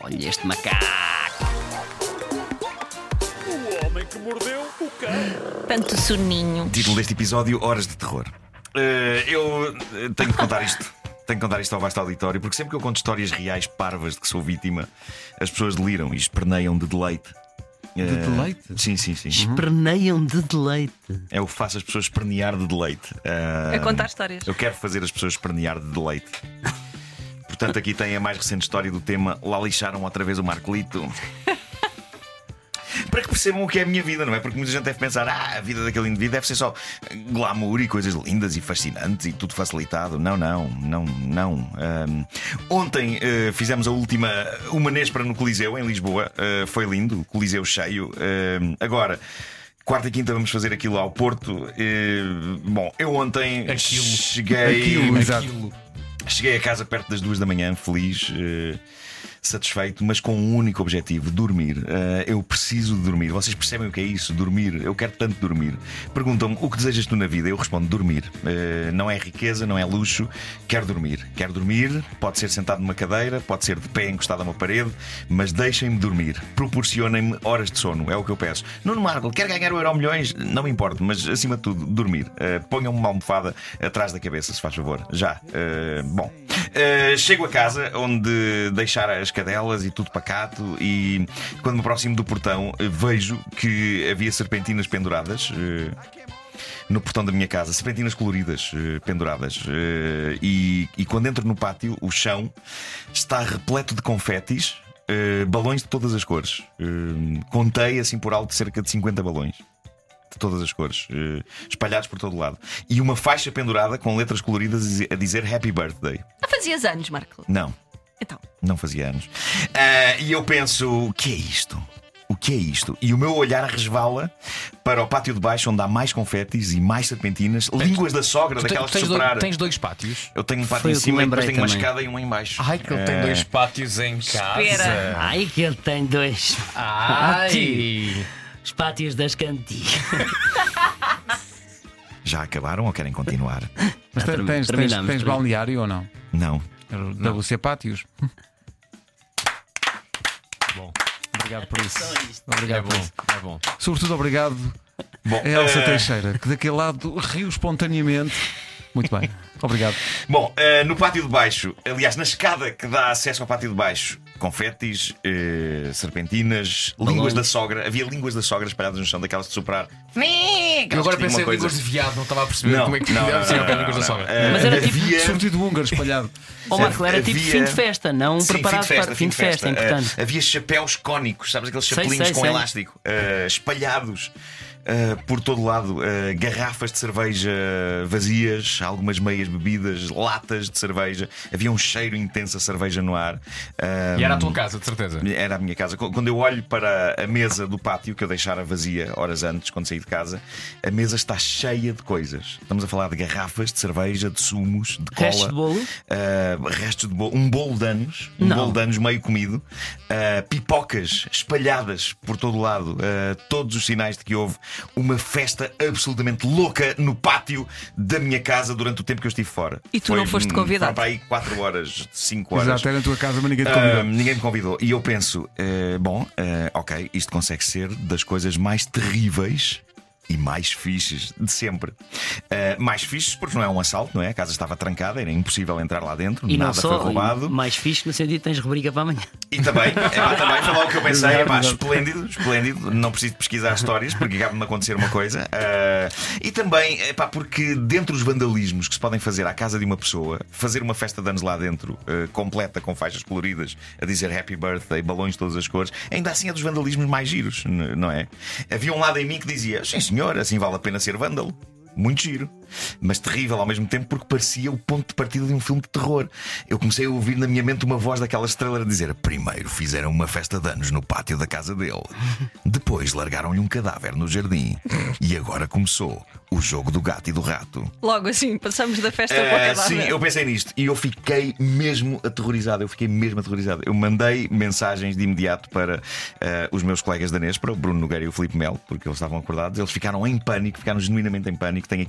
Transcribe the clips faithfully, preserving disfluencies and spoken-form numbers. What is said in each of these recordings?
Olha este macaco. O homem que mordeu o cão. Tanto soninho. Título deste episódio: Horas de Terror. Uh, eu tenho que contar isto. Tenho que contar isto ao vasto auditório, porque sempre que eu conto histórias reais parvas de que sou vítima, as pessoas deliram e esperneiam de deleite. De deleite? Uh, sim, sim, sim. Esperneiam de deleite. É o que faço as pessoas espernear de deleite. Uh, A contar histórias. Eu quero fazer as pessoas espernear de deleite. Portanto, aqui tem a mais recente história do tema: lá lixaram outra vez o Marcolito. Para que percebam o que é a minha vida, não é? Porque muita gente deve pensar: ah, a vida daquele indivíduo deve ser só glamour e coisas lindas e fascinantes e tudo facilitado. Não, não, não, não. Um, ontem uh, fizemos a última Uma Nespra no Coliseu, em Lisboa. Uh, foi lindo, o Coliseu cheio. Uh, agora, quarta e quinta vamos fazer aquilo ao Porto. Uh, bom, eu ontem Aquilo. cheguei. Aquilo, exato. Aquilo. Cheguei a casa perto das duas da manhã, feliz, eh, satisfeito, mas com um único objetivo: dormir. Eh, eu preciso de dormir. Vocês percebem o que é isso? Dormir. Eu quero tanto dormir. Perguntam-me: o que desejas tu na vida? Eu respondo: dormir. Eh, não é riqueza, não é luxo. Quero dormir. Quero dormir. Pode ser sentado numa cadeira, pode ser de pé encostado a uma parede, mas deixem-me dormir. Proporcionem-me horas de sono. É o que eu peço. Nuno Marco, quer ganhar o Euro Milhões? Não me importa, mas acima de tudo, dormir. Eh, ponham-me uma almofada atrás da cabeça, se faz favor. Já. Eh, Bom, uh, chego a casa onde deixar as cadelas e tudo pacato, e quando me aproximo do portão, uh, vejo que havia serpentinas penduradas uh, no portão da minha casa, serpentinas coloridas uh, penduradas. Uh, e, e quando entro no pátio, o chão está repleto de confetis, uh, balões de todas as cores. Uh, contei assim por alto cerca de cinquenta balões. De todas as cores, uh, espalhados por todo lado. E uma faixa pendurada com letras coloridas a dizer Happy Birthday. Ah, fazias anos, Marco? Não, Então. não fazia anos. Uh, e eu penso: o que é isto? O que é isto? E o meu olhar resvala para o pátio de baixo, onde há mais confetes e mais serpentinas, línguas da sogra, Tu daquelas tens, de dois, soprar. tens dois pátios? Eu tenho um pátio Foi em o que cima me e depois lembrei tenho uma também. escada e um em baixo. Ai, que ele tem Uh, dois pátios em casa. Espera. Ai, que ele tem dois. Ai. Os pátios das cantigas. Já acabaram ou querem continuar? Mas Já tens, termi- tens, tens, terminamos, tens terminamos. balneário ou não? Não. W C Pátios. Bom, Obrigado por isso. é Obrigado por bom, isso. é bom. Sobretudo obrigado Bom, a Elsa uh, Teixeira, que daquele lado riu espontaneamente. Muito bem. Obrigado. Bom, uh, no pátio de baixo, aliás, na escada que dá acesso ao pátio de baixo, confetes, uh, serpentinas, línguas da sogra. Havia línguas da sogra espalhadas no chão, daquelas de soprar. Eu agora pensei em línguas de viado, não estava a perceber Não, como é que não, deve não, ser não, para não, línguas da não. sogra. Uh, Mas era tipo havia... Sobretudo húngaro espalhado. Ó Marco, era tipo Havia- fim de festa, não Sim, preparado fim de festa, para fim de festa, é importante. Uh, havia chapéus cónicos, sabes, aqueles Sei, chapelinhos sei, com sei. elástico, uh, espalhados uh, por todo lado. Uh, garrafas de cerveja vazias, algumas meias bebidas, latas de cerveja. Havia um cheiro intenso a cerveja no ar. Uh, E era a tua casa, de certeza. Era a minha casa. Quando eu olho para a mesa do pátio, que eu deixara vazia horas antes, quando saí de casa, a mesa está cheia de coisas. Estamos a falar de garrafas de cerveja, de sumos, de cola. Restos de bolo? Uh, restos de bolo. Um bolo de anos. Um Não. bolo de anos meio comido. Uh, pipocas espalhadas por todo o lado. Uh, todos os sinais de que houve uma festa absolutamente louca no pátio da minha casa durante o tempo que eu estive fora. E tu não foste convidado? Foram para aí quatro horas, cinco horas. Exato, era na tua casa, mas ninguém te Ah, convidou. ninguém me convidou. E eu penso, eh, bom, eh, ok, isto consegue ser das coisas mais terríveis e mais fixes de sempre. Uh, mais fixes porque não é um assalto, não é? A casa estava trancada, era impossível entrar lá dentro, E nada não só, foi roubado. e mais fixe no sentido que tens rubrica para amanhã. E também, é, pá, também foi logo que eu pensei, é, pá, Exato. esplêndido, esplêndido, não preciso de pesquisar histórias porque acaba de me acontecer uma coisa. Uh, e também, é, pá, porque dentre os vandalismos que se podem fazer à casa de uma pessoa, fazer uma festa de anos lá dentro, uh, completa, com faixas coloridas, a dizer Happy Birthday, balões de todas as cores, ainda assim é dos vandalismos mais giros, n- não é? Havia um lado em mim que dizia, sim senhor, assim vale a pena ser vândalo. Muito giro, mas terrível ao mesmo tempo porque parecia o ponto de partida de um filme de terror. Eu comecei a ouvir na minha mente uma voz daquela estrela a dizer: primeiro fizeram uma festa de anos no pátio da casa dele, depois largaram-lhe um cadáver no jardim e agora começou o jogo do gato e do rato. Logo assim, passamos da festa Eh, para o cadáver. sim, eu pensei nisto e eu fiquei mesmo aterrorizado. Eu fiquei mesmo aterrorizado. Eu mandei mensagens de imediato para eh, os meus colegas da Nespra, o Bruno Nogueira e o Filipe Melo, porque eles estavam acordados. Eles ficaram em pânico, ficaram genuinamente em pânico. Tenho aqui mensagens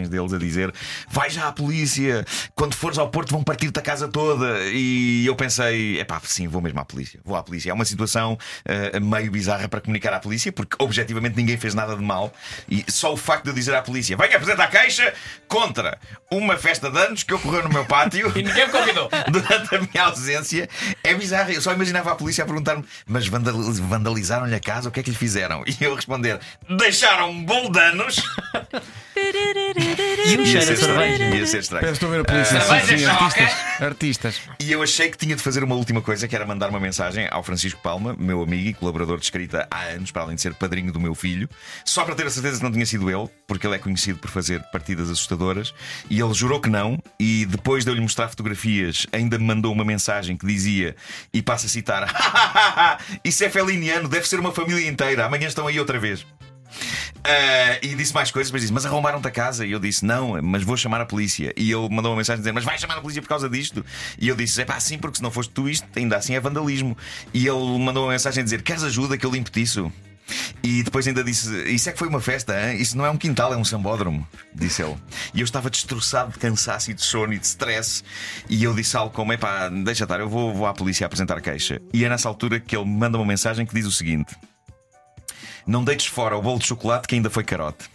mensagens deles a dizer: vai já à polícia, quando fores ao Porto vão partir-te a casa toda. E eu pensei: epá, sim, vou mesmo à polícia. Vou à polícia. É uma situação uh, meio bizarra para comunicar à polícia, porque objetivamente ninguém fez nada de mal. E só o facto de eu dizer à polícia: venha apresentar a queixa contra uma festa de anos que ocorreu no meu pátio E ninguém me convidou. durante a minha ausência é bizarro. Eu só imaginava a polícia a perguntar-me: mas vandal- vandalizaram-lhe a casa? O que é que lhe fizeram? E eu responder: deixaram um bolo de anos. E o Ia cheiro ser a cerveja. estranho. Ia ser estranho. Parece que estou a ver a polícia. Ah, sim, sim, cerveja só, artistas. Artistas. E eu achei que tinha de fazer uma última coisa, que era mandar uma mensagem ao Francisco Palma, meu amigo e colaborador de escrita há anos, para além de ser padrinho do meu filho, só para ter a certeza que não tinha sido ele, porque ele é conhecido por fazer partidas assustadoras. E ele jurou que não. E depois de eu lhe mostrar fotografias, ainda me mandou uma mensagem que dizia, e passo a citar: isso é feliniano, deve ser uma família inteira, amanhã estão aí outra vez. Uh, e disse mais coisas, mas disse: mas arrombaram-te a casa? E eu disse: não, mas vou chamar a polícia. E ele mandou uma mensagem a dizer: mas vai chamar a polícia por causa disto? E eu disse: é pá, sim, porque se não foste tu, isto ainda assim é vandalismo. E ele mandou uma mensagem a dizer: queres ajuda que eu limpo-te isso? E depois ainda disse: isso é que foi uma festa, hein? Isso não é um quintal, é um sambódromo, disse ele. E eu estava destroçado de cansaço e de sono e de stress. E eu disse algo como: é pá, deixa estar, eu vou, vou à polícia apresentar a queixa. E é nessa altura que ele me manda uma mensagem que diz o seguinte: não deites fora o bolo de chocolate que ainda foi carote.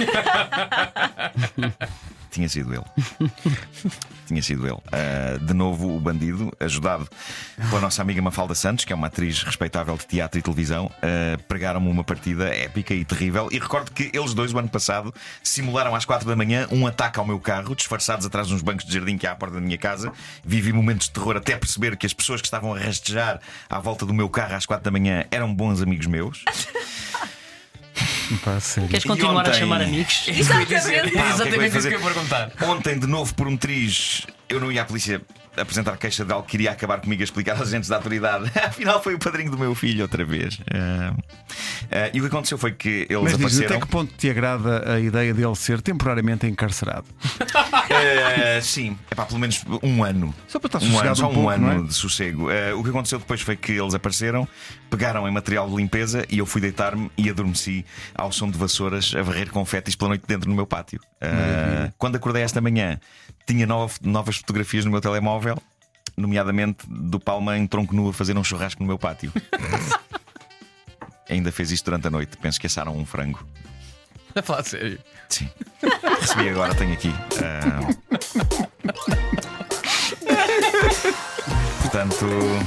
Tinha sido ele. Tinha sido ele. Uh, de novo, o bandido, ajudado pela nossa amiga Mafalda Santos, que é uma atriz respeitável de teatro e televisão, uh, pregaram-me uma partida épica e terrível. E recordo que eles dois, o ano passado, simularam às quatro da manhã um ataque ao meu carro, disfarçados atrás de uns bancos de jardim que há à porta da minha casa. Vivi momentos de terror até perceber que as pessoas que estavam a rastejar à volta do meu carro às quatro da manhã eram bons amigos meus. Pá, sério. Queres E continuar a ontem- chamar amigos? Isso que eu ia dizer. Exatamente. É Ah, o que é que eu ia exatamente isso fazer? que eu ia perguntar. Ontem, de novo, por um triz, eu não ia à polícia apresentar queixa de algo que iria acabar comigo a explicar aos agentes da autoridade. Afinal, foi o padrinho do meu filho outra vez. Ah, ah, e o que aconteceu foi que eles Mas diz, apareceram. até que ponto te agrada a ideia dele ser temporariamente encarcerado? Ah, sim, é pá, pelo menos um ano. Só para estar Um ano, sossegado só um um pouco, ano não é? de sossego. Ah, o que aconteceu depois foi que eles apareceram, pegaram em material de limpeza e eu fui deitar-me e adormeci ao som de vassouras a varrer confetis pela noite dentro no meu pátio. Ah, quando acordei esta manhã, tinha nove, novas fotografias no meu telemóvel, nomeadamente do Palma em tronco nu a fazer um churrasco no meu pátio. Ainda fez isto durante a noite. Penso que assaram um frango. A falar sério. Sim. Recebi agora, tenho aqui. Ah, Portanto,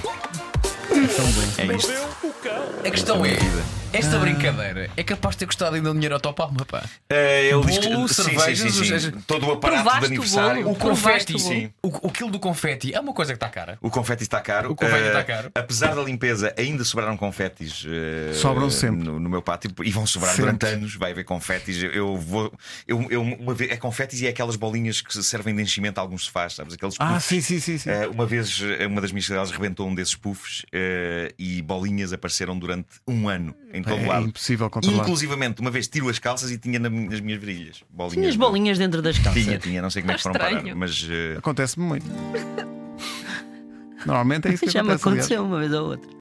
é isto. A questão é: vida. esta brincadeira é capaz de ter custado ainda um dinheiro ao Topalma, pá. Eh, ele diz que- Bolo, sim, cervejas, sim, sim, sim. ou seja, todo o aparato provaste de o aniversário. bolo? O confeti, Provaste o sim. o, o quilo do confeti é uma coisa que está cara. O confeti está caro. O confeti Eh, está caro. Apesar da limpeza, ainda sobraram confetis eh, Sobram sempre. no, no meu pátio e vão sobrar Sempre. durante anos. Vai haver confetis. Eu- Eu vou. Eu, eu, uma vez, é confetis e é aquelas bolinhas que se servem de enchimento a alguns sofás, sabes? Aqueles Ah, puffs. sim, sim, sim, sim. Eh, uma vez, eh, uma das minhas cadelas rebentou um desses puffs eh, e bolinhas apareceram durante um ano em todo É lado. impossível controlar. Inclusivamente, uma vez tiro as calças e tinha na- nas minhas virilhas bolinhas. Tinhas de- bolinhas dentro das calças. Tinha, tinha, não sei como é que foram Estranho. parar, mas. eh, Acontece-me muito. Normalmente é isso que Já me acontece. aliás. aconteceu uma vez ou outra.